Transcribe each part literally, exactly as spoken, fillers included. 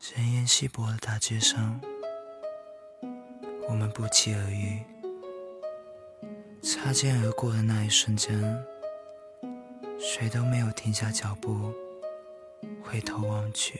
人烟稀薄的大街上，我们不期而遇，擦肩而过的那一瞬间，谁都没有停下脚步，回头望去。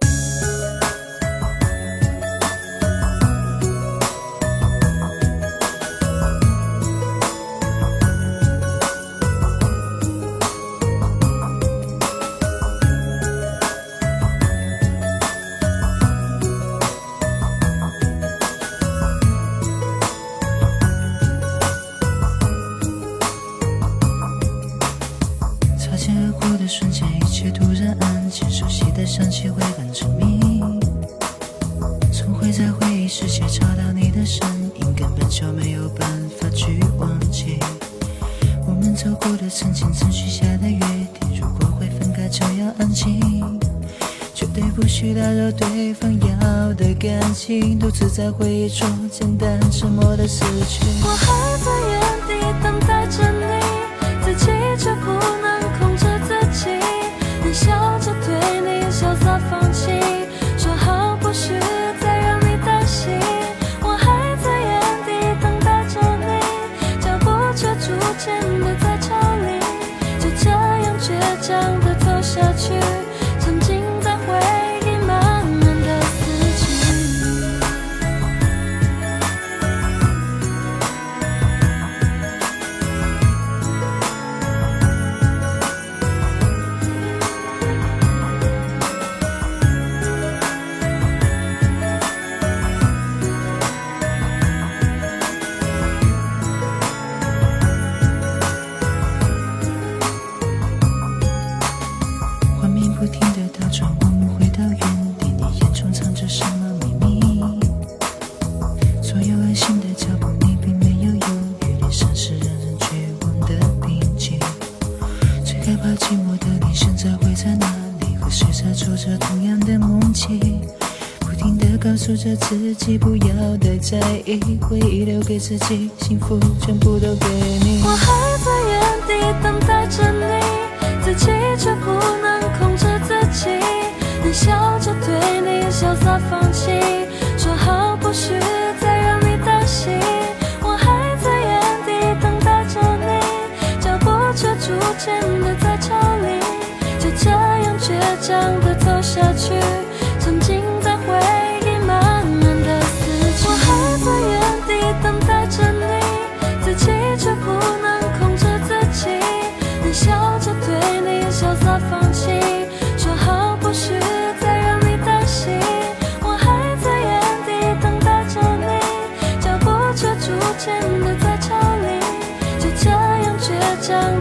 擦肩而过的瞬间，一切突然安静，熟悉的香气会很沉迷，总会在回忆世界找到你的身影，根本就没有办法去忘记我们走过的曾经曾许下的约定，如果会分开就要安静，绝对不许打扰对方要的感情，独自在回忆中简单沉默的死去。 我还在原地等待着你，自己却不能控制自己，你笑着对你潇洒放弃，说好不许再让你担心。我还在原地等待着你，脚步却逐渐的在超离，就这样倔强的走下去，沉浸在回忆慢慢的死去。 画面不停地倒转，我们回到原地，你眼中藏着什么秘密？左右安心的脚步，你并没有犹豫，脸上是让人绝望的平静。最害怕寂寞的你，现在会在哪里？和谁在做着同样的梦境？不停地告诉着自己不要太在意，回忆留给自己，幸福全部都给你。 我还在原地等待着你，自己却不能控制自己，你笑着对你潇洒放弃，说好不许再让你担心。我还在原地等待着你，脚步却逐渐的在超离，就这样倔强的走下去，沉浸在回忆慢慢的死去。我还在原地等待着你，自己却不能控制自己，你笑着对你潇洒放弃，说好不许再让你担心。我还在原地等待着你，脚步却逐渐的在超离，就这样倔强